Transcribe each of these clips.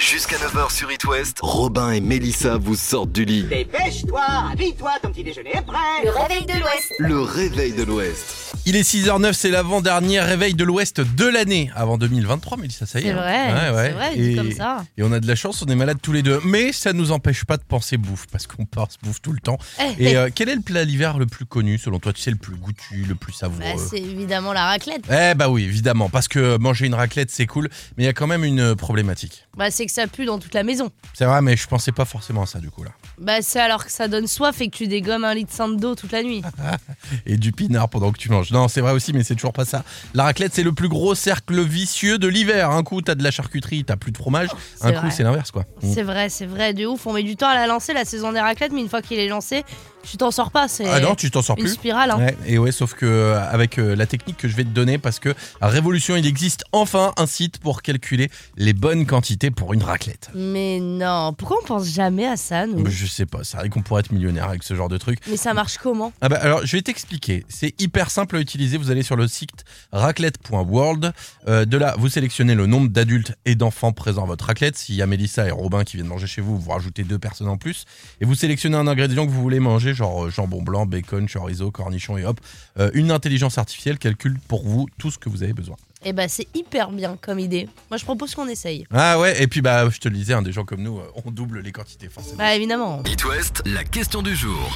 Jusqu'à 9h sur It West, Robin et Mélissa vous sortent du lit. Dépêche-toi, habille-toi, ton petit déjeuner est prêt. Le réveil de l'Ouest. Le réveil de l'Ouest. Il est 6h09, c'est l'avant-dernier réveil de l'Ouest de l'année avant 2023, Mélissa, ça y est. C'est vrai, Ouais. c'est vrai, dit comme ça. Et on a de la chance, on est malades tous les deux. Mais ça ne nous empêche pas de penser bouffe, parce qu'on pense bouffe tout le temps. Et quel est le plat l'hiver le plus connu, selon toi? Tu sais, le plus goûtu, le plus savoureux? C'est évidemment la raclette. Oui, évidemment, parce que manger une raclette, c'est cool, mais il y a quand même une problématique. C'est que ça pue dans toute la maison. C'est vrai, mais je pensais pas forcément à ça, du coup, là. C'est alors que ça donne soif et que tu dégommes 1,5 litre d'eau toute la nuit. Et du pinard pendant que tu manges. Non, c'est vrai aussi, mais c'est toujours pas ça. La raclette, c'est le plus gros cercle vicieux de l'hiver. Un coup, t'as de la charcuterie, t'as plus de fromage. Un coup, c'est l'inverse, quoi. C'est vrai, de ouf. On met du temps à la lancer, la saison des raclettes, mais une fois qu'il est lancé, tu t'en sors pas. C'est non, tu t'en sors plus. Une spirale. Hein. Ouais, sauf que avec la technique que je vais te donner, parce que à Révolution, il existe enfin un site pour calculer les bonnes quantités pour une raclette. Mais non, pourquoi on pense jamais à ça, nous? Je sais pas, c'est vrai qu'on pourrait être millionnaire avec ce genre de truc. Mais ça marche comment? Alors, je vais t'expliquer. C'est hyper simple à utiliser. Vous allez sur le site raclette.world. De là, vous sélectionnez le nombre d'adultes et d'enfants présents à votre raclette. S'il y a Mélissa et Robin qui viennent manger chez vous, vous rajoutez 2 personnes en plus. Et vous sélectionnez un ingrédient que vous voulez manger, genre jambon blanc, bacon, chorizo, cornichon et hop. Une intelligence artificielle calcule pour vous tout ce que vous avez besoin. C'est hyper bien comme idée. Moi, je propose qu'on essaye. Ah ouais, et puis je te le disais, des gens comme nous, on double les quantités forcément. Évidemment. It West, la question du jour.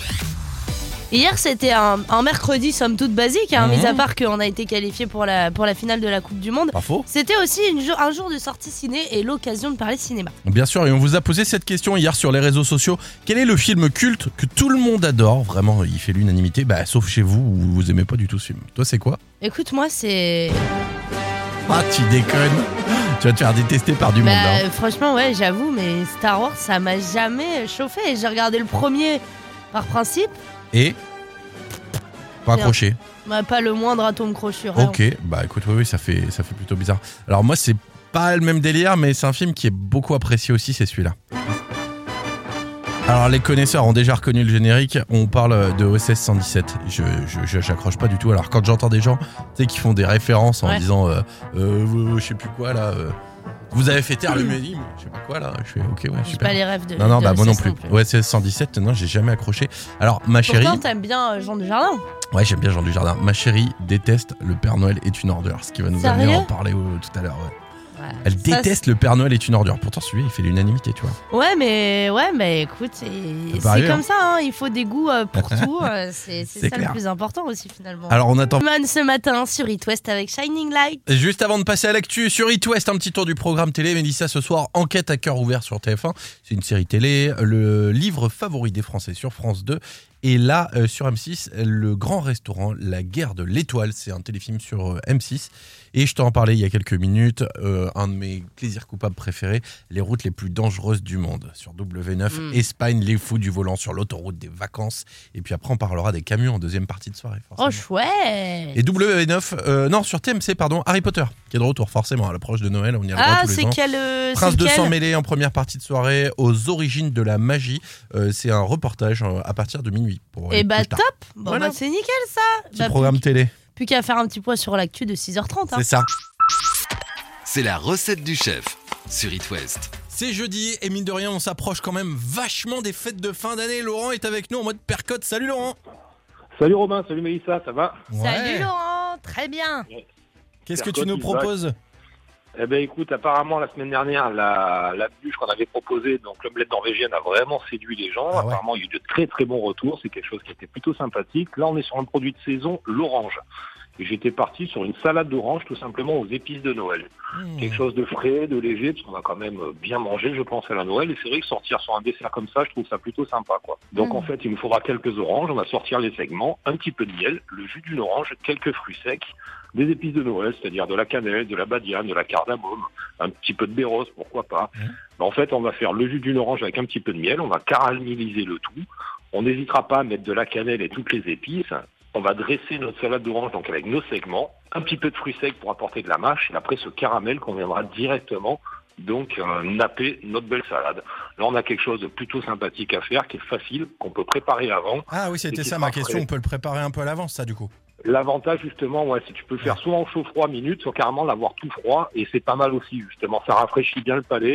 Hier, c'était un mercredi, somme toute basique, mis à part qu'on a été qualifié pour la finale de la Coupe du Monde. Pas faux. C'était aussi un jour de sortie ciné et l'occasion de parler cinéma. Bien sûr, et on vous a posé cette question hier sur les réseaux sociaux. Quel est le film culte que tout le monde adore? Vraiment, il fait l'unanimité, sauf chez vous, où vous aimez pas du tout ce film. Toi, c'est quoi? Écoute, moi, c'est... Ah, tu déconnes. Tu vas te faire détester par du monde. Franchement, ouais, j'avoue, mais Star Wars, ça m'a jamais chauffé. J'ai regardé le premier par principe. Et pas accroché. Pas le moindre atome crochu. Ok, écoute, oui, ça fait plutôt bizarre. Alors moi, c'est pas le même délire, mais c'est un film qui est beaucoup apprécié aussi, c'est celui-là. Alors les connaisseurs ont déjà reconnu le générique, on parle de OSS 117. J'accroche pas du tout. Alors quand j'entends des gens qui font des références en disant je sais plus quoi là, vous avez fait taire le médim, je sais pas quoi là, je fais ok, ouais, super. J'ai pas les rêves de... Non, moi non plus. OSS 117, non, j'ai jamais accroché. Alors ma chérie... Pourtant t'aimes bien Jean Dujardin. Ouais, j'aime bien Jean Dujardin. Ma chérie déteste Le Père Noël est une ordure, ce qui va nous amener à en parler tout à l'heure. Elle déteste Le Père Noël est une ordure. Pourtant, celui-là, il fait l'unanimité, tu vois. Ouais, mais écoute, c'est comme ça, il faut des goûts pour tout. C'est ça clair. Le plus important aussi, finalement. Alors, on attend ce matin sur It West avec Shining Light. Juste avant de passer à l'actu sur It West, un petit tour du programme télé. Mélissa, ce soir, Enquête à cœur ouvert sur TF1. C'est une série télé, le livre favori des Français sur France 2. Et là, sur M6, Le Grand Restaurant, La Guerre de l'Étoile, c'est un téléfilm sur M6. Et je t'en parlais il y a quelques minutes, un de mes plaisirs coupables préférés, les routes les plus dangereuses du monde. Sur W9, Espagne, les fous du volant sur l'autoroute des vacances. Et puis après, on parlera des camions en deuxième partie de soirée, forcément. Oh, chouette! Et W9, sur TMC, Harry Potter, qui est de retour, forcément, à l'approche de Noël, on y a le droit tous les ans. Prince de sang mêlé en première partie de soirée, aux origines de la magie. C'est un reportage à partir de minuit. Top! Voilà. C'est nickel, ça! Petit programme télé. Plus qu'à faire un petit point sur l'actu de 6h30. C'est ça. C'est la recette du chef sur It West. C'est jeudi et mine de rien, on s'approche quand même vachement des fêtes de fin d'année. Laurent est avec nous en mode percotte. Salut Laurent. Salut Robin, salut Mélissa, ça va? Salut Laurent, très bien. Qu'est-ce que tu nous proposes? Écoute, apparemment la semaine dernière, la bûche qu'on avait proposée, donc l'omelette norvégienne, a vraiment séduit les gens. Ah ouais. Apparemment, il y a eu de très très bons retours. C'est quelque chose qui était plutôt sympathique. Là, on est sur un produit de saison, l'orange. Et j'étais parti sur une salade d'orange, tout simplement aux épices de Noël. Quelque chose de frais, de léger, parce qu'on va quand même bien manger, je pense, à la Noël. Et c'est vrai que sortir sur un dessert comme ça, je trouve ça plutôt sympa, quoi. Donc en fait, il nous faudra quelques oranges. On va sortir les segments, un petit peu de miel, le jus d'une orange, quelques fruits secs, des épices de Noël, c'est-à-dire de la cannelle, de la badiane, de la cardamome, un petit peu de bairos, pourquoi pas. En fait, on va faire le jus d'une orange avec un petit peu de miel, on va caraméliser le tout. On n'hésitera pas à mettre de la cannelle et toutes les épices. On va dresser notre salade d'orange donc avec nos segments, un petit peu de fruits secs pour apporter de la mâche, et après ce caramel qu'on viendra directement donc napper notre belle salade. Là, on a quelque chose de plutôt sympathique à faire, qui est facile, qu'on peut préparer avant. Ah oui, c'était ça ma question, on peut le préparer un peu à l'avance, ça, du coup. L'avantage, justement, c'est que tu peux le faire soit en chaud-froid minute, soit carrément l'avoir tout froid, et c'est pas mal aussi, justement. Ça rafraîchit bien le palais,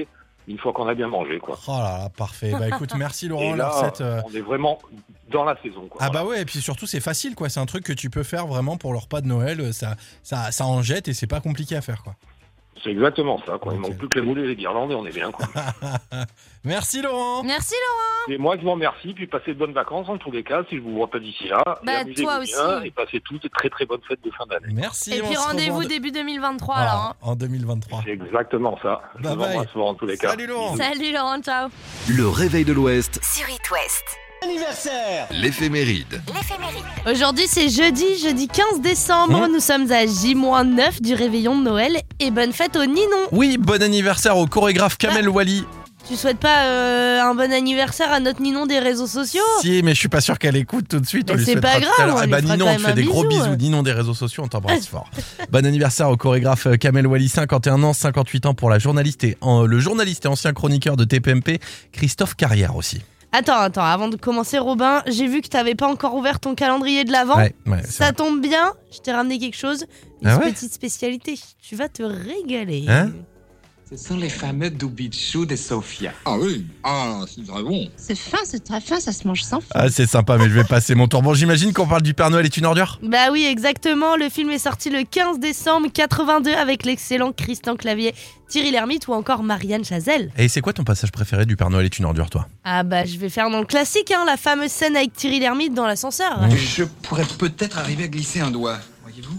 une fois qu'on a bien mangé, quoi. Oh là là, parfait. Bah écoute, merci Laurent. Et la là, recette, on est vraiment dans la saison, quoi. Ah Voilà. bah ouais, et puis surtout c'est facile quoi, c'est un truc que tu peux faire vraiment pour le repas de Noël, ça en jette et c'est pas compliqué à faire quoi. C'est exactement ça, quoi. Il Ok. manque plus que les moules et les guirlandes et on est bien, quoi. Merci Laurent. Merci Et moi, je vous remercie, puis passez de bonnes vacances en tous les cas, si je vous vois pas d'ici là. Et Bah, amusez-vous toi bien, aussi. et passez toutes de très très bonnes fêtes de fin d'année. Merci. Et on puis se revoit rendez-vous début 2023 Voilà, alors. en 2023. C'est exactement ça. Je Bye vous bye. embrasse fort en tous les cas. Salut Laurent. Salut Laurent, ciao. Le réveil de l'Ouest, Sur It West. Anniversaire. l'éphéméride. Aujourd'hui c'est jeudi 15 décembre, nous sommes à J-9 du réveillon de Noël et bonne fête au Ninon. Oui, bon anniversaire au chorégraphe Kamel Wally. Tu souhaites pas un bon anniversaire à notre Ninon des réseaux sociaux? Si, mais je suis pas sûr qu'elle écoute tout de suite. Bah, on lui c'est souhaitera pas tout grave, à l'heure. on Eh lui bah, fera Ninon, quand on te même fait un des gros bisou. bisous. Ninon des réseaux sociaux, on t'embrasse fort. Bon anniversaire au chorégraphe Kamel Wally, 51 ans, 58 ans pour la journaliste et le journaliste et ancien chroniqueur de TPMP, Christophe Carrière aussi. Attends, avant de commencer Robin, j'ai vu que t'avais pas encore ouvert ton calendrier de l'Avent. Ouais, c'est Ça vrai. tombe bien, je t'ai ramené quelque chose, une Ah ouais petite spécialité. Tu vas te régaler. Hein Ce sont les fameux doubichous de Sofia. Ah oui, c'est très bon. C'est très fin, ça se mange sans faute. Ah, c'est sympa, mais je vais passer mon tour. Bon, j'imagine qu'on parle du Père Noël est une ordure. Bah oui, exactement. Le film est sorti le 15 décembre 82 avec l'excellent Christian Clavier, Thierry Lhermitte ou encore Marianne Chazelle. Et c'est quoi ton passage préféré du Père Noël est une ordure, toi? Ah bah je vais faire dans le classique, hein, la fameuse scène avec Thierry Lhermitte dans l'ascenseur. Je pourrais peut-être arriver à glisser un doigt, voyez-vous.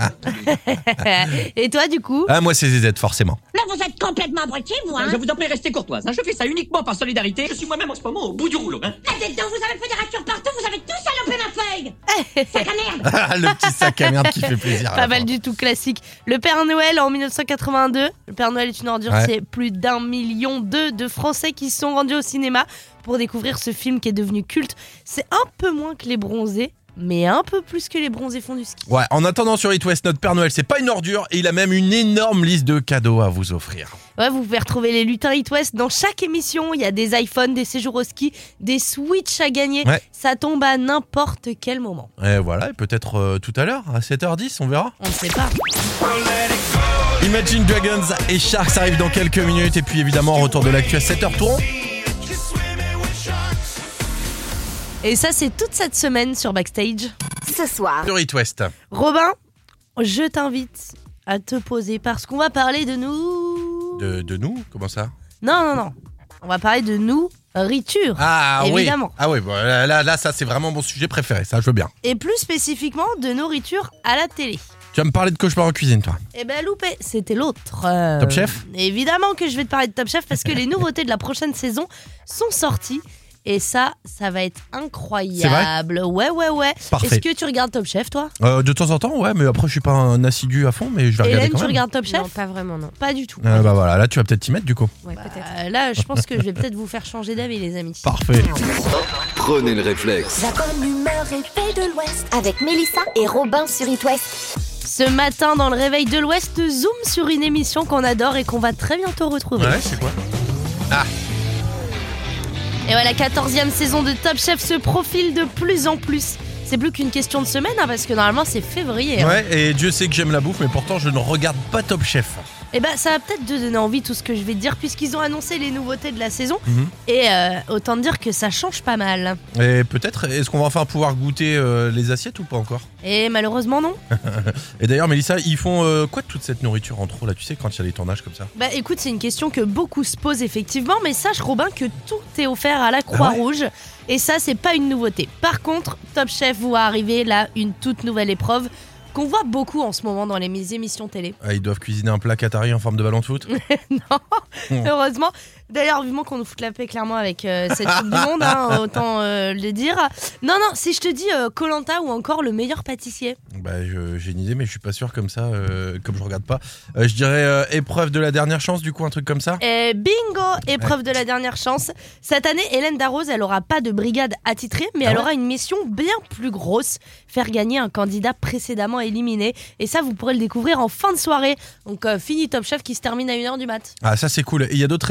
Et toi du coup? Ah, moi c'est ZZ, forcément. Là, vous êtes complètement abrutis, vous, hein? Je vous en prie, restez courtoise. Je fais ça uniquement par solidarité. Je suis moi-même en ce moment au bout du rouleau. Là, dedans, vous avez fait des ratures partout, vous avez tous salopé ma feuille. Sac à merde. Le petit sac à merde qui fait plaisir. à la Pas mal fin. du tout classique. Le Père Noël en 1982. Le Père Noël est une ordure, Ouais. c'est plus d'1,2 million de Français qui se sont rendus au cinéma pour découvrir ce film qui est devenu culte. C'est un peu moins que Les Bronzés, mais un peu plus que Les Bronzés font du ski. Ouais, en attendant sur It West, notre Père Noël, c'est pas une ordure et il a même une énorme liste de cadeaux à vous offrir. Ouais, vous pouvez retrouver les lutins It West dans chaque émission. Il y a des iPhones, des séjours au ski, des Switch à gagner. Ouais. Ça tombe à n'importe quel moment. Et voilà, et peut-être tout à l'heure, à 7h10, on verra. On ne sait pas. Imagine Dragons et Sharks arrivent dans quelques minutes. Et puis évidemment, retour de l'actu à 7h tourons. Et ça, c'est toute cette semaine sur Backstage. Ce soir, Sur It West. Robin, je t'invite à te poser parce qu'on va parler de nous. De nous? Comment ça? Non. On va parler de nous, Riture. Ah Évidemment. oui. Ah oui, bon, là, ça c'est vraiment mon sujet préféré, ça je veux bien. Et plus spécifiquement de nourriture à la télé. Tu vas me parler de cauchemar en cuisine, toi. Eh ben loupé, c'était l'autre. Top Chef. Évidemment que je vais te parler de Top Chef parce que les nouveautés de la prochaine saison sont sorties. Et ça va être incroyable. Ouais. Parfait. Est-ce que tu regardes Top Chef, toi? De temps en temps, ouais, mais après je suis pas un assidu à fond, mais je vais regarder Hélène, quand tu même. regardes Top Chef? Non, pas vraiment, non. Pas du tout. Bah voilà, là tu vas peut-être t'y mettre du coup. Ouais, peut-être. Là, je pense que je vais peut-être vous faire changer d'avis, les amis. Parfait. Prenez le réflexe. La bonne humeur réveil de l'Ouest avec Mélissa et Robin sur It West. Ce matin, dans le réveil de l'Ouest, zoom sur une émission qu'on adore et qu'on va très bientôt retrouver. Ouais, c'est quoi? Et voilà, la 14e saison de Top Chef se profile de plus en plus. C'est plus qu'une question de semaine, hein, parce que normalement c'est février. Hein. Ouais, et Dieu sait que j'aime la bouffe, mais pourtant je ne regarde pas Top Chef. Et bah ça va peut-être te donner envie tout ce que je vais te dire, puisqu'ils ont annoncé les nouveautés de la saison. Mhm. Et autant te dire que ça change pas mal. Et peut-être, est-ce qu'on va enfin pouvoir goûter les assiettes ou pas encore? Et malheureusement non. Et d'ailleurs, Mélissa, ils font quoi de toute cette nourriture en trop là? Tu sais, quand il y a des tournages comme ça? Bah écoute, c'est une question que beaucoup se posent effectivement, mais sache Robin que tout est offert à la Croix-Rouge. Et ça, c'est pas une nouveauté. Par contre, Top Chef voit arriver là une toute nouvelle épreuve qu'on voit beaucoup en ce moment dans les émissions télé. Ah, ils doivent cuisiner un plat qatari en forme de ballon de foot? Non, heureusement. D'ailleurs, vivement qu'on nous foute la paix clairement avec cette Coupe du Monde, hein, autant le dire. Non, si je te dis Koh-Lanta ou encore Le Meilleur Pâtissier. Bah, j'ai une idée, mais je suis pas sûr comme ça, comme je regarde pas. Je dirais épreuve de la dernière chance, du coup, un truc comme ça. Et bingo, épreuve de la dernière chance. Cette année, Hélène Darroze, elle aura pas de brigade attitrée, mais elle aura une mission bien plus grosse, faire gagner un candidat précédemment éliminé. Et ça, vous pourrez le découvrir en fin de soirée. Donc, fini Top Chef qui se termine à 1h du mat. Ah, ça c'est cool. Et il y a d'autres épreuves qui changent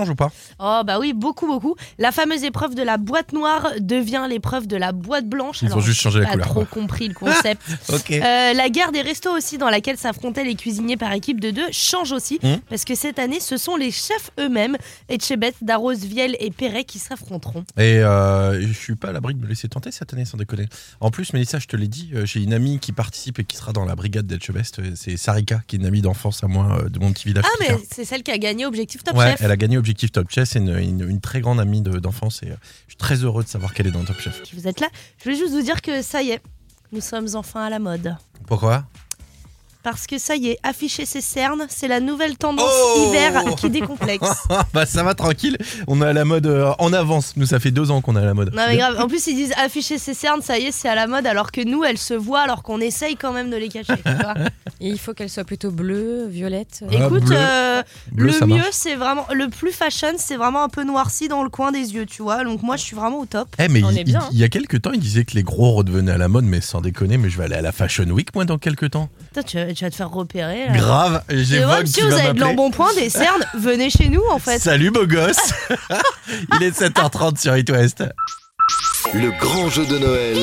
change ou pas? Oh bah oui, beaucoup. La fameuse épreuve de la boîte noire devient l'épreuve de la boîte blanche. Ils ont juste changé la pas couleur. trop compris le concept. Ok. La guerre des restos aussi, dans laquelle s'affrontaient les cuisiniers par équipe de 2, change aussi. Parce que cette année, ce sont les chefs eux-mêmes, Etchebest, Darros, Vielle et Perret, qui s'affronteront. Et je suis pas à l'abri de me laisser tenter cette année, sans déconner. En plus, Mélissa, je te l'ai dit, j'ai une amie qui participe et qui sera dans la brigade d'Etchebest. C'est Sarika, qui est une amie d'enfance à moi de mon petit village. Ah, mais c'est celle qui a gagné Objectif Top Ouais, Chef. elle a gagné Objectif Top Chef. C'est une très grande amie d'enfance et je suis très heureux de savoir qu'elle est dans Top Chef. Vous êtes là. Je voulais juste vous dire que ça y est, nous sommes enfin à la mode. Pourquoi? Parce que ça y est, afficher ses cernes, c'est la nouvelle tendance hiver qui décomplexe. Bah ça va tranquille, on est à la mode en avance. Nous ça fait 2 ans qu'on est à la mode. Non mais grave, en plus ils disent afficher ses cernes, ça y est, c'est à la mode, alors que nous, elles se voient, alors qu'on essaye quand même de les cacher. Tu vois. Et il faut qu'elles soient plutôt bleues, violettes. Écoute, bleu, ça le mieux, marche. c'est vraiment le plus fashion, c'est vraiment un peu noirci dans le coin des yeux, tu vois. Donc moi, je suis vraiment au top. Mais On est bien, hein. il y a quelques temps, il disait que les gros redevenaient à la mode, mais sans déconner, mais je vais aller à la Fashion Week moi dans quelques temps. Toi, tu vas te faire repérer. Là. Grave, Et j'ai moi, Vogue si qui vous va avez de m'appeler. l'embonpoint, des cernes, venez chez nous en fait. Salut beau gosse. Il est 7h30 sur It West. Le grand jeu de Noël.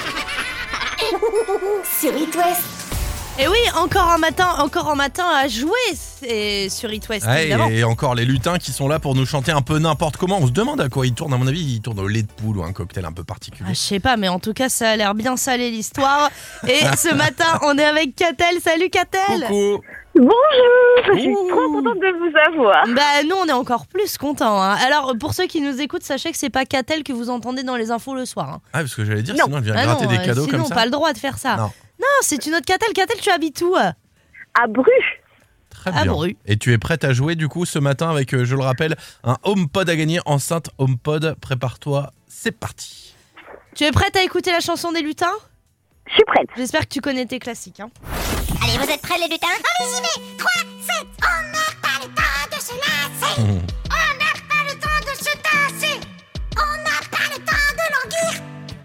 Sur It West. Et oui, encore un matin à jouer, c'est sur It West, évidemment. Et encore les lutins qui sont là pour nous chanter un peu n'importe comment. On se demande à quoi ils tournent. À mon avis, ils tournent au lait de poule ou un cocktail un peu particulier. Ah, je sais pas, mais en tout cas, ça a l'air bien salé l'histoire. Et ce matin, on est avec Catel. Salut Catel. Coucou. Bonjour, je suis trop contente de vous avoir. Bah nous, on est encore plus contents. Hein. Alors, pour ceux qui nous écoutent, sachez que c'est pas Catel que vous entendez dans les infos le soir. Hein. Ah, parce que j'allais dire, Non. sinon elle vient gratter des cadeaux sinon, comme ça. pas le droit de faire ça. Non. Non, c'est une autre Catel. Catel, tu habites où? À Bruges. Très À bien. Bru. Et tu es prête à jouer du coup ce matin avec, je le rappelle, un HomePod à gagner, enceinte HomePod. Prépare-toi, c'est parti. Tu es prête à écouter la chanson des lutins? Je suis prête. J'espère que tu connais tes classiques. Hein. Allez, vous êtes prêts les lutins? Allez, j'y vais. 3, 7. On n'a pas le temps de se lasser. On n'a pas le temps de se tasser. On n'a pas le temps de languir.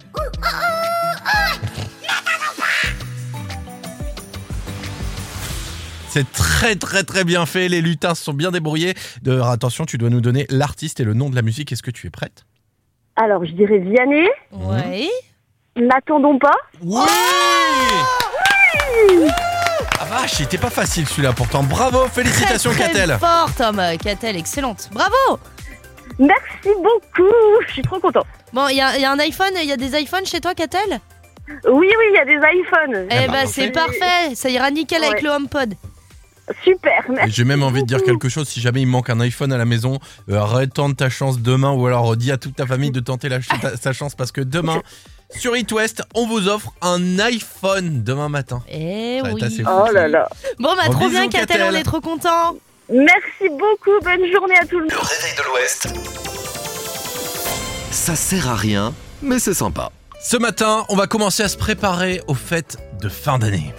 N'attendons pas. C'est très très très bien fait, les lutins se sont bien débrouillés. Attention, tu dois nous donner l'artiste et le nom de la musique. Est-ce que tu es prête? Alors, je dirais Vianney. Ouais. N'attendons pas. Oui. Ah vache, c'était pas facile celui-là pourtant. Bravo, félicitations Très, très Catel. fort, Tom. Catel, excellente. Bravo. Merci beaucoup. Je suis trop contente. Bon, il y a un iPhone, il y a des iPhones chez toi, Catel? Oui, il y a des iPhones. Eh bah, parfait. c'est parfait. Ça ira nickel avec Ouais. le HomePod. Super, Et merci. j'ai même envie de dire quelque chose, si jamais il me manque un iPhone à la maison, retente ta chance demain, ou alors dis à toute ta famille de tenter sa chance, parce que demain, sur It West, on vous offre un iPhone demain matin. Eh Ça va être oui. assez fou. Oh là là. Bon, bah, Bon, trop bisous, bien, Catel, Catel. on est trop contents. Merci beaucoup. Bonne journée à tout le monde. Le réveil de l'Ouest. Ça sert à rien, mais c'est sympa. Ce matin, on va commencer à se préparer aux fêtes de fin d'année.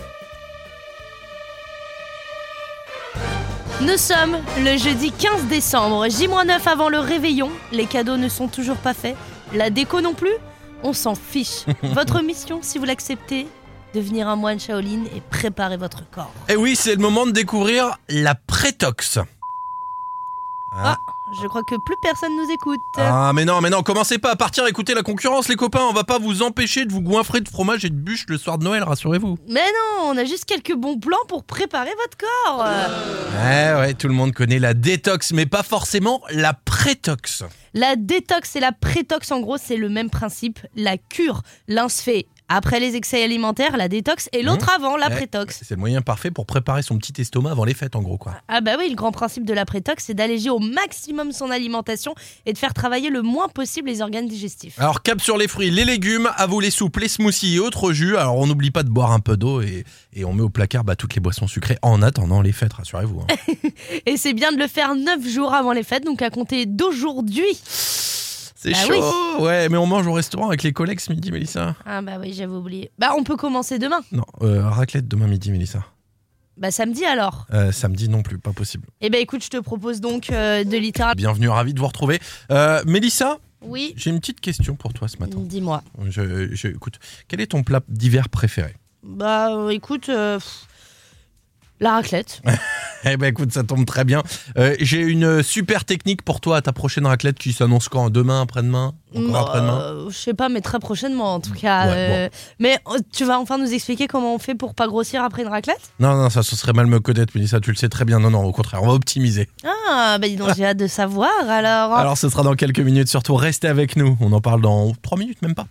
Nous sommes le jeudi 15 décembre, J-9 avant le réveillon. Les cadeaux ne sont toujours pas faits. La déco non plus. On s'en fiche. Votre mission, si vous l'acceptez, devenir un moine Shaolin et préparer votre corps. Et oui, c'est le moment de découvrir la prétox. Ah, je crois que plus personne nous écoute. Ah mais non, commencez pas à partir écouter la concurrence les copains, on va pas vous empêcher de vous goinfrer de fromage et de bûches le soir de Noël, rassurez-vous. Mais non, on a juste quelques bons plans pour préparer votre corps. Ouais, tout le monde connaît la détox, mais pas forcément la prétox. La détox et la prétox, en gros, c'est le même principe. La cure, l'un se fait après les excès alimentaires, la détox, et l'autre avant, la Ouais, prétox. C'est le moyen parfait pour préparer son petit estomac avant les fêtes en gros quoi. Ah bah oui, le grand principe de la prétox, c'est d'alléger au maximum son alimentation et de faire travailler le moins possible les organes digestifs. Alors cap sur les fruits, les légumes, à vous les soupes, les smoothies et autres jus. Alors on n'oublie pas de boire un peu d'eau et on met au placard toutes les boissons sucrées en attendant les fêtes, rassurez-vous. Hein. Et c'est bien de le faire 9 jours avant les fêtes, donc à compter d'aujourd'hui. C'est Bah chaud, oui. ouais, mais on mange au restaurant avec les collègues ce midi, Mélissa. Ah bah oui, j'avais oublié. Bah on peut commencer demain. Non, raclette demain midi, Mélissa. Bah samedi alors. Samedi non plus, pas possible. Eh bah écoute, je te propose donc de littéralement... Bienvenue, ravi de vous retrouver. Mélissa, Oui, j'ai une petite question pour toi ce matin. dis-moi. Écoute, quel est ton plat d'hiver préféré? Bah écoute, La raclette. Eh ben écoute, ça tombe très bien. J'ai une super technique pour toi à ta prochaine raclette qui s'annonce quand ? Demain, après-demain ? Encore après-demain ? Je sais pas, mais très prochainement en tout cas. Ouais, bon. Mais tu vas enfin nous expliquer comment on fait pour pas grossir après une raclette ? Non, ça ce serait mal me connaître, Mélissa, tu le sais très bien. Non, au contraire, on va optimiser. Ah, bah dis donc, j'ai hâte de savoir alors. Alors ce sera dans quelques minutes, surtout restez avec nous. On en parle dans 3 minutes, même pas.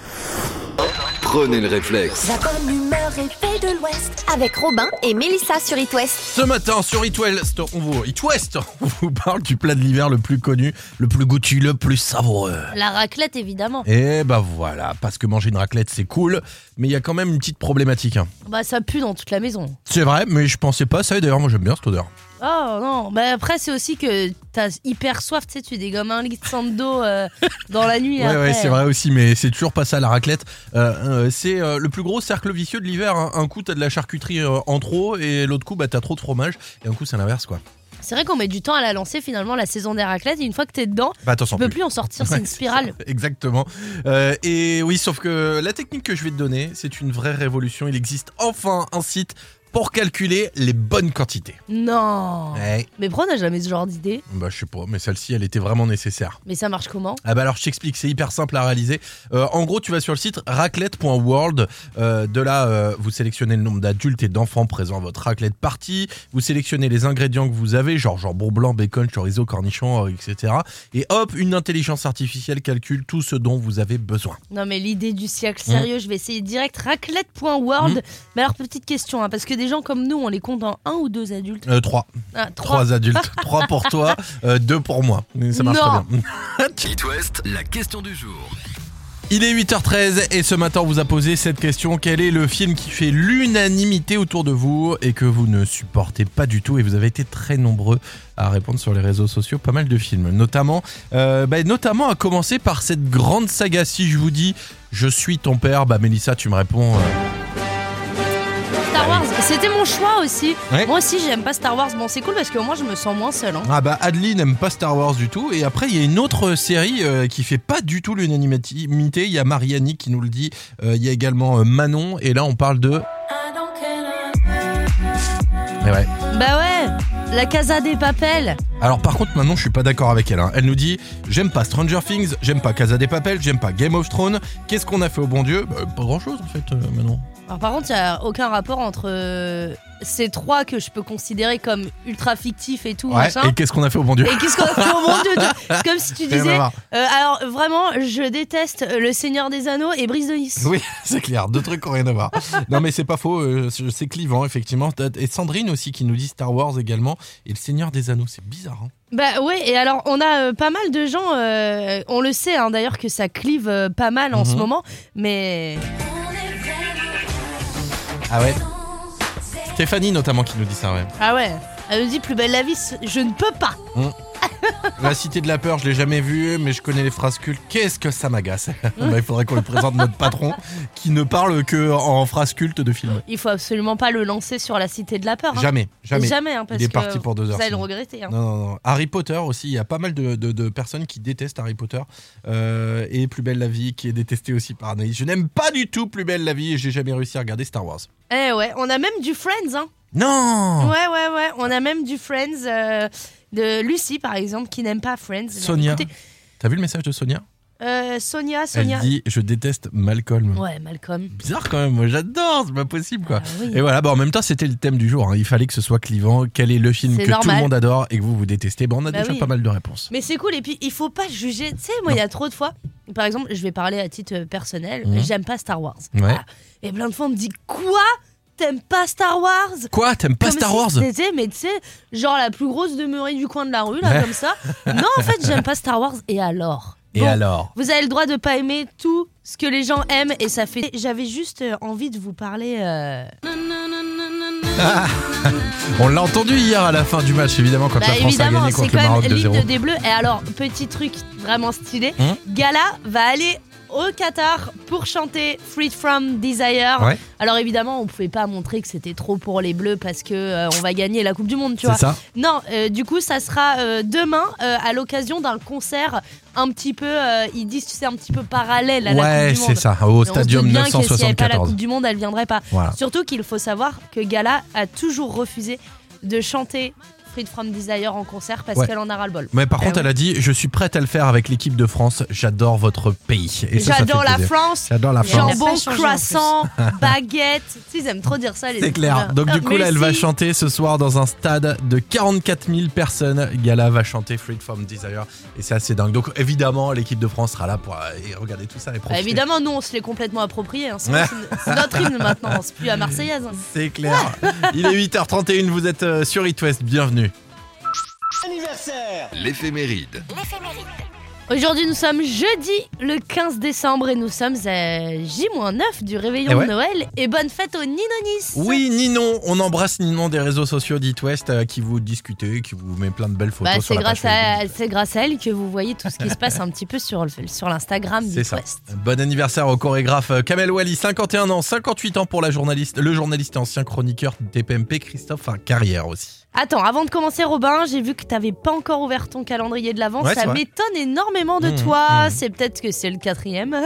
Prenez le réflexe. La bonne humeur est faite de l'Ouest avec Robin et Mélissa sur It West. Ce matin sur It West, on vous parle du plat de l'hiver le plus connu, le plus goûtu, le plus savoureux. La raclette évidemment. Et bah voilà, parce que manger une raclette c'est cool, mais il y a quand même une petite problématique. Bah ça pue dans toute la maison. C'est vrai, mais je pensais pas ça et d'ailleurs moi j'aime bien cette odeur. Oh non, bah après c'est aussi que t'as hyper soif, tu sais, tu dégommes 1 litre d'eau dans la nuit. Ouais, c'est vrai aussi, mais c'est toujours pas ça la raclette. C'est le plus gros cercle vicieux de l'hiver. Hein. Un coup t'as de la charcuterie en trop et l'autre coup bah t'as trop de fromage et un coup c'est l'inverse quoi. C'est vrai qu'on met du temps à la lancer finalement la saison des raclettes et une fois que t'es dedans, tu peux plus en sortir, c'est une spirale. Exactement. Et oui, sauf que la technique que je vais te donner, c'est une vraie révolution. Il existe enfin un site pour calculer les bonnes quantités. Non. Ouais. Mais pourquoi on n'a jamais ce genre d'idée ? Bah je sais pas, mais celle-ci elle était vraiment nécessaire. Mais ça marche comment ? Ah bah alors je t'explique, c'est hyper simple à réaliser. En gros tu vas sur le site raclette.world. De là vous sélectionnez le nombre d'adultes et d'enfants présents à votre raclette party. Vous sélectionnez les ingrédients que vous avez, genre jambon blanc, bacon, chorizo, cornichons, etc. Et hop, une intelligence artificielle calcule tout ce dont vous avez besoin. Non mais l'idée du siècle, sérieux, je vais essayer direct raclette.world. Mais alors petite question, hein, parce que des gens comme nous, on les compte en 1 ou 2 adultes ? 3. Ah, 3 adultes. 3 pour toi, 2 pour moi. Ça marche très bien. It West, la question du jour. Il est 8h13 et ce matin on vous a posé cette question. Quel est le film qui fait l'unanimité autour de vous et que vous ne supportez pas du tout ? Et vous avez été très nombreux à répondre sur les réseaux sociaux. Pas mal de films, notamment à commencer par cette grande saga. Si je vous dis « Je suis ton père », bah Mélissa tu me réponds... Star Wars, c'était mon choix aussi. Ouais. Moi aussi j'aime pas Star Wars. Bon c'est cool parce que moi je me sens moins seule. Hein. Ah bah Adli n'aime pas Star Wars du tout. Et après il y a une autre série qui fait pas du tout l'unanimité. Il y a Mariani qui nous le dit. Il y a également Manon. Et là on parle de... Et ouais. Bah ouais, la Casa des Papel. Alors par contre Manon je suis pas d'accord avec elle. Hein. Elle nous dit j'aime pas Stranger Things, j'aime pas Casa des Papel, j'aime pas Game of Thrones. Qu'est-ce qu'on a fait au bon Dieu ? Pas grand chose en fait Manon. Alors par contre, il n'y a aucun rapport entre ces 3 que je peux considérer comme ultra fictifs et tout. Ouais, machin. et qu'est-ce qu'on a fait au bon Dieu ? Et qu'est-ce qu'on a fait au bon Dieu ? C'est comme si tu disais... alors vraiment, je déteste Le Seigneur des Anneaux et Brise de Nice. Oui, c'est clair, 2 trucs qui n'ont rien à voir. Non mais c'est pas faux, c'est clivant effectivement. Et Sandrine aussi qui nous dit Star Wars également. Et Le Seigneur des Anneaux, c'est bizarre. Hein. Bah ouais, et alors on a pas mal de gens, on le sait hein, d'ailleurs que ça clive pas mal en ce moment, mais... Ah ouais. Stéphanie notamment qui nous dit ça, ouais. Ah ouais, elle nous dit Plus belle la vie, je ne peux pas. La Cité de la Peur, je l'ai jamais vue, mais je connais les phrases cultes. Qu'est-ce que ça m'agace. Bah, il faudrait qu'on le présente notre patron qui ne parle que en phrases cultes de films. Il faut absolument pas le lancer sur la Cité de la Peur. Hein. Jamais. Hein, parce il est parti pour 2 heures. Vous allez le regretter. Hein. Non. Harry Potter aussi, il y a pas mal de personnes qui détestent Harry Potter. Et Plus belle la vie qui est détestée aussi par Anaïs. Je n'aime pas du tout Plus belle la vie et j'ai jamais réussi à regarder Star Wars. Eh ouais, on a même du Friends. Hein. Non. Ouais, on a même du Friends de Lucie par exemple qui n'aime pas Friends. Sonia, t'as vu le message de Sonia ? Sonia. Elle dit je déteste Malcolm. Ouais, Malcolm. Bizarre quand même, moi j'adore, c'est pas possible quoi. Oui. Et voilà, en même temps c'était le thème du jour, hein. Il fallait que ce soit clivant. Quel est le film que tout le monde adore et que vous détestez ? On a déjà pas mal de réponses. Mais c'est cool et puis il faut pas juger. Tu sais, moi il y a trop de fois, par exemple, je vais parler à titre personnel, j'aime pas Star Wars. Ouais. Voilà. Et plein de fois on me dit quoi ? T'aimes pas Star Wars ? Quoi ? T'aimes pas Star Wars ? Mais tu sais, genre la plus grosse demeurée du coin de la rue, là, comme ça. Non, en fait, j'aime pas Star Wars. Et alors ? Et alors ? Vous avez le droit de pas aimer tout ce que les gens aiment et ça fait... J'avais juste envie de vous parler... On l'a entendu hier à la fin du match, évidemment, quand la France a gagné contre le Maroc 2-0. C'est quand même l'hymne des Bleus. Et alors, petit truc vraiment stylé, Gala va aller au Qatar pour chanter Freed from Desire. Ouais. Alors évidemment, on pouvait pas montrer que c'était trop pour les Bleus parce que on va gagner la Coupe du Monde, tu vois. C'est ça. Non, du coup, ça sera demain à l'occasion d'un concert un petit peu, ils disent, tu sais, un petit peu parallèle à la Coupe du Monde. Ouais, c'est ça, au Mais Stadium on se doute bien que s'il n'y avait pas la 974. Coupe du Monde, elle viendrait pas. Voilà. Surtout qu'il faut savoir que Gala a toujours refusé de chanter Freed from Desire en concert parce qu'elle en a ras-le-bol. Mais par contre, elle a dit, je suis prête à le faire avec l'équipe de France. J'adore votre pays. Et ça J'adore fait la plaisir. France. J'adore la France. Jambon, croissant, baguette. Tu sais, ils aiment trop dire ça. Les C'est clair. Espagnols. Donc du coup, là, elle va Messi. chanter ce soir dans un stade de 44 000 personnes. Gala va chanter Freed from Desire. Et c'est assez dingue. Donc évidemment, l'équipe de France sera là pour regarder tout ça et profiter. Évidemment, nous, on se l'est complètement approprié. Hein. C'est notre hymne maintenant. C'est plus à Marseillaise. Hein. C'est clair. Il est 8h31, vous êtes sur It West. Bienvenue. Anniversaire. L'éphéméride. Aujourd'hui, nous sommes jeudi le 15 décembre et nous sommes à J-9 du réveillon Eh ouais. de Noël. Et bonne fête aux Ninonis. Oui, Ninon, on embrasse Ninon des réseaux sociaux d'It West qui vous discutez, qui vous met plein de belles photos sur c'est la grâce page Facebook. c'est grâce à elle que vous voyez tout ce qui se passe un petit peu sur l'Instagram C'est d'It ça. West. Bon anniversaire au chorégraphe Kamel Wally, 51 ans, 58 ans pour le journaliste et ancien chroniqueur TPMP Christophe Carrière aussi. Attends, avant de commencer, Robin, j'ai vu que t'avais pas encore ouvert ton calendrier de l'avant. Ouais, Ça c'est vrai. m'étonne énormément de toi. C'est peut-être que c'est le 4e.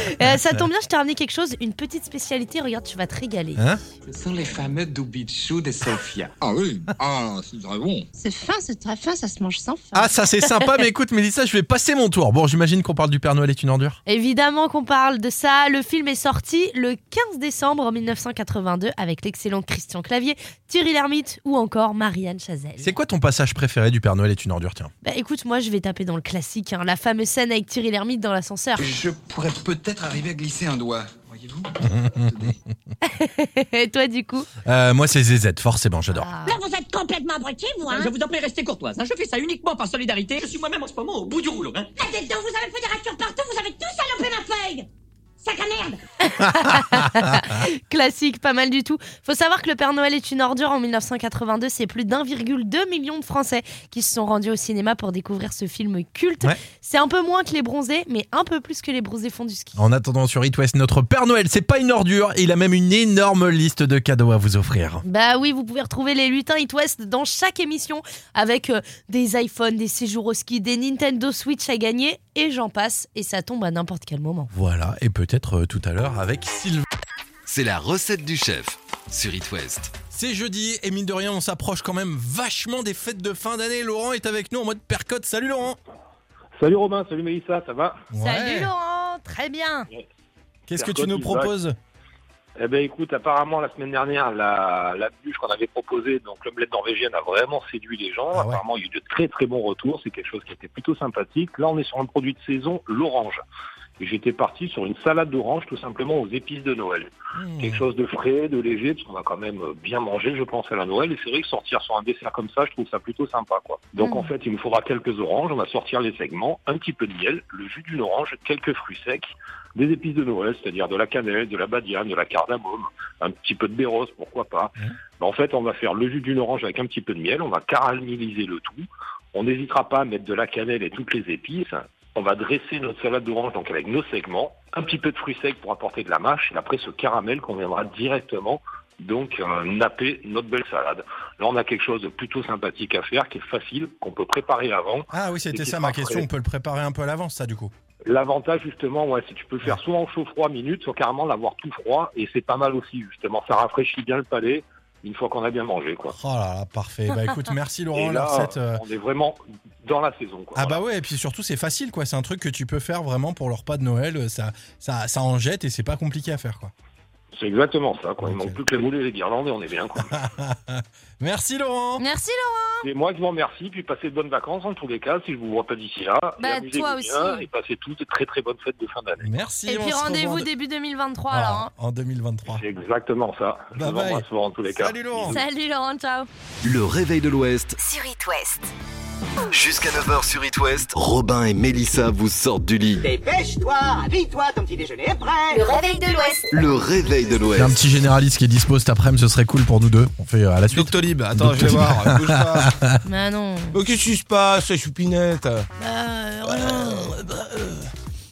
Ça tombe bien, je t'ai ramené quelque chose, une petite spécialité. Regarde, tu vas te régaler. Hein? Ce sont les fameux doubichous de Sofia. Ah oui, c'est très bon. C'est fin, c'est très fin, ça se mange sans faim. Ah, ça c'est sympa, mais écoute Mélissa, je vais passer mon tour. Bon, j'imagine qu'on parle du Père Noël est une ordure. Évidemment qu'on parle de ça. Le film est sorti le 15 décembre 1982 avec l'excellent Christian Clavier, Thierry Lhermitte ou encore Marianne Chazelle. C'est quoi ton passage préféré du Père Noël est une ordure, tiens? Bah écoute, moi je vais taper dans le classique, hein, la fameuse scène avec Thierry Lhermitte dans l'ascenseur. Je pourrais peut-être arriver à glisser un doigt, voyez-vous. Et toi du coup? Moi c'est ZZ, forcément, j'adore. Là, vous êtes complètement abrutis, vous, hein. Je vous en prie, restez courtoise. Hein. Je fais ça uniquement par solidarité. Je suis moi-même en ce moment au bout du rouleau. Hein. La tête d'eau, vous avez fait des ratures partout, vous avez tous salopé ma feuille. Sac à merde. Classique, pas mal du tout. Faut savoir que le Père Noël est une ordure en 1982, c'est plus d'1,2 million de Français qui se sont rendus au cinéma pour découvrir ce film culte. Ouais. C'est un peu moins que les bronzés, mais un peu plus que les bronzés font du ski. En attendant sur It West, notre Père Noël, c'est pas une ordure, il a même une énorme liste de cadeaux à vous offrir. Bah oui, vous pouvez retrouver les lutins It West dans chaque émission avec des iPhones, des séjours au ski, des Nintendo Switch à gagner et j'en passe et ça tombe à n'importe quel moment. Voilà, et peut-être tout à l'heure avec Sylvain. C'est la recette du chef sur It West. C'est jeudi et mine de rien, on s'approche quand même vachement des fêtes de fin d'année. Laurent est avec nous en mode percotte. Salut Laurent. Salut Robin, salut Mélissa, ça va? Salut Laurent, très bien. Qu'est-ce que tu nous proposes? Eh ben écoute, apparemment la semaine dernière, la bûche qu'on avait proposée, donc l'omelette norvégienne, a vraiment séduit les gens. Ah ouais. Apparemment, il y a eu de très très bons retours. C'est quelque chose qui était plutôt sympathique. Là, on est sur un produit de saison, l'orange. Et j'étais parti sur une salade d'orange, tout simplement aux épices de Noël. Quelque chose de frais, de léger, parce qu'on va quand même bien manger, je pense, à la Noël. Et c'est vrai que sortir sur un dessert comme ça, je trouve ça plutôt sympa, quoi. Donc en fait, il nous faudra quelques oranges. On va sortir les segments, un petit peu de miel, le jus d'une orange, quelques fruits secs, des épices de Noël, c'est-à-dire de la cannelle, de la badiane, de la cardamome, un petit peu de baie rose, pourquoi pas. Ben, en fait, on va faire le jus d'une orange avec un petit peu de miel. On va caraméliser le tout. On n'hésitera pas à mettre de la cannelle et toutes les épices. On va dresser notre salade d'orange donc avec nos segments, un petit peu de fruits secs pour apporter de la mâche, et après ce caramel qu'on viendra directement donc napper notre belle salade. Là, on a quelque chose de plutôt sympathique à faire, qui est facile, qu'on peut préparer avant. Ah oui, c'était ça ma question. On peut le préparer un peu à l'avance, ça, du coup. L'avantage, justement, ouais, c'est que tu peux le faire soit en chaud-froid minute, soit carrément l'avoir tout froid, et c'est pas mal aussi, justement. Ça rafraîchit bien le palais une fois qu'on a bien mangé, quoi. Oh là là, parfait. Bah écoute, merci Laurent. Et là, la recette, on est vraiment dans la saison, quoi. Ah bah ouais, et puis surtout c'est facile, quoi. C'est un truc que tu peux faire vraiment pour le repas de Noël. Ça en jette et c'est pas compliqué à faire, quoi. C'est exactement ça, quoi. Il Ok. manque plus que les moules et les guirlandes et on est bien, quoi. Merci Laurent. Merci Laurent. Et moi, je vous remercie, puis passez de bonnes vacances en tous les cas, si je vous vois pas d'ici là. Bah, Amusez-vous toi bien, aussi. et passez tous de très très bonnes fêtes de fin d'année. Merci. Et on puis se rendez-vous revoit début 2023 Voilà, alors. Hein. en 2023. C'est exactement ça. Je Bye vous bye. embrasse fort en tous les cas. Salut Laurent. Salut Laurent, ciao. Le réveil de l'Ouest. Sur It West. Jusqu'à 9h sur It West, Robin et Mélissa vous sortent du lit. Dépêche-toi, habille-toi, ton petit déjeuner est prêt. Le réveil de l'Ouest. Le réveil de Il y a un l'Ouest. petit généraliste qui est dispo cet après-midi, ce serait cool pour nous deux. On fait à la suite. Doctolib, attends, je vais Doctolib. voir. Bouge pas. Mais non. Oh, qu'est-ce qui se passe, choupinette?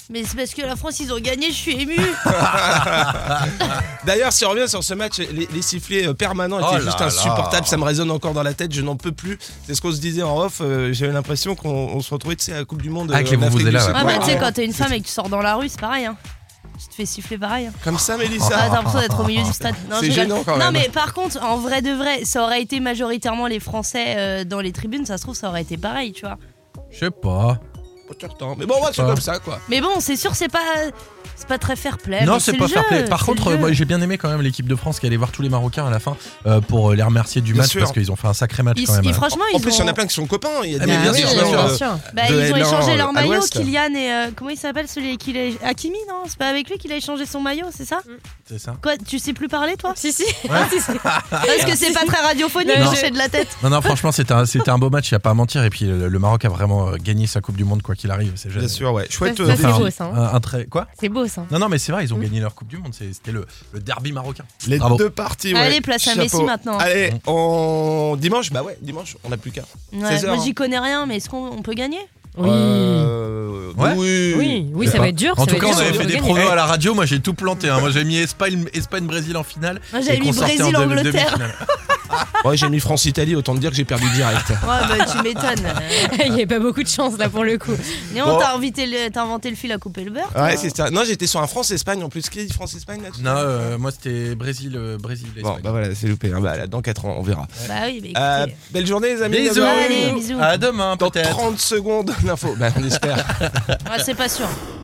Mais c'est parce que la France, ils ont gagné, je suis ému. D'ailleurs, si on revient sur ce match, les sifflets permanents étaient juste insupportables. Ça me résonne encore dans la tête, je n'en peux plus. C'est ce qu'on se disait en off. J'avais l'impression qu'on se retrouvait à la Coupe du Monde. Avec les vuvuzela. Ouais, bah, tu sais, quand t'es une femme et que tu sors dans la rue, c'est pareil. Hein. Tu te fais siffler pareil. Hein. Comme ça, Mélissa. T'as l'impression d'être au milieu du stade. Non, c'est gênant quand même. Non, mais par contre, en vrai de vrai, ça aurait été majoritairement les Français dans les tribunes. Ça se trouve, ça aurait été pareil, tu vois. Je sais pas. Mais bon, moi, c'est comme ça, quoi. Mais bon, c'est sûr, c'est pas très fair play. Non, c'est pas le fair jeu, play. Par contre, moi j'ai bien aimé quand même l'équipe de France qui allait voir tous les Marocains à la fin pour les remercier du match parce qu'ils ont fait un sacré match quand même. Franchement, en plus, il y en a plein qui sont copains. Il y a des bien sûr. Bah, ils ont échangé leur maillot. l'Ouest. Kylian et comment il s'appelle celui qui a Hakimi, non? C'est pas avec lui qu'il a échangé son maillot, c'est ça? C'est ça. Quoi, tu sais plus parler toi? Si. Parce que c'est pas très radiophonique, je fais de la tête. Non, franchement, c'était un beau match, il n'y a pas à mentir. Et puis le Maroc a vraiment gagné sa Coupe du Monde, quoi qu'il arrive. C'est bien sûr, ouais. Chouette. Ça, c'est beau, ça. Un très. Quoi? C'est beau, ça. Non, mais c'est vrai, ils ont gagné leur Coupe du Monde. C'était le derby marocain. Les deux parties, ouais. Allez, place à Messi maintenant. Allez, dimanche, dimanche, on n'a plus qu'à. 16h. Moi, j'y connais rien, mais est-ce qu'on peut gagner? Oui. Ouais. Oui, ça va être dur. En tout cas, on avait fait des pronos gagner. à la radio. Moi, j'ai tout planté. Moi, j'ai mis Espagne-Brésil en finale. Moi, j'avais mis Brésil-Angleterre. Ouais, j'ai mis France-Italie, autant te dire que j'ai perdu direct. Ouais, bah tu m'étonnes. Il n'y a pas beaucoup de chance là pour le coup. Néon, t'as inventé le fil à couper le beurre. Ouais, c'est ça. Non, j'étais sur un France-Espagne en plus. Qui a dit France-Espagne là? Non, moi c'était Brésil. Bon, bah voilà, c'est loupé. Bah, dans 4 ans, on verra. Bah oui, bah écoutez. Belle journée, les amis. Bisous. Allez, bisous. À demain, Dans peut-être. 30 secondes, l'info. Bah, on espère. Ouais, c'est pas sûr.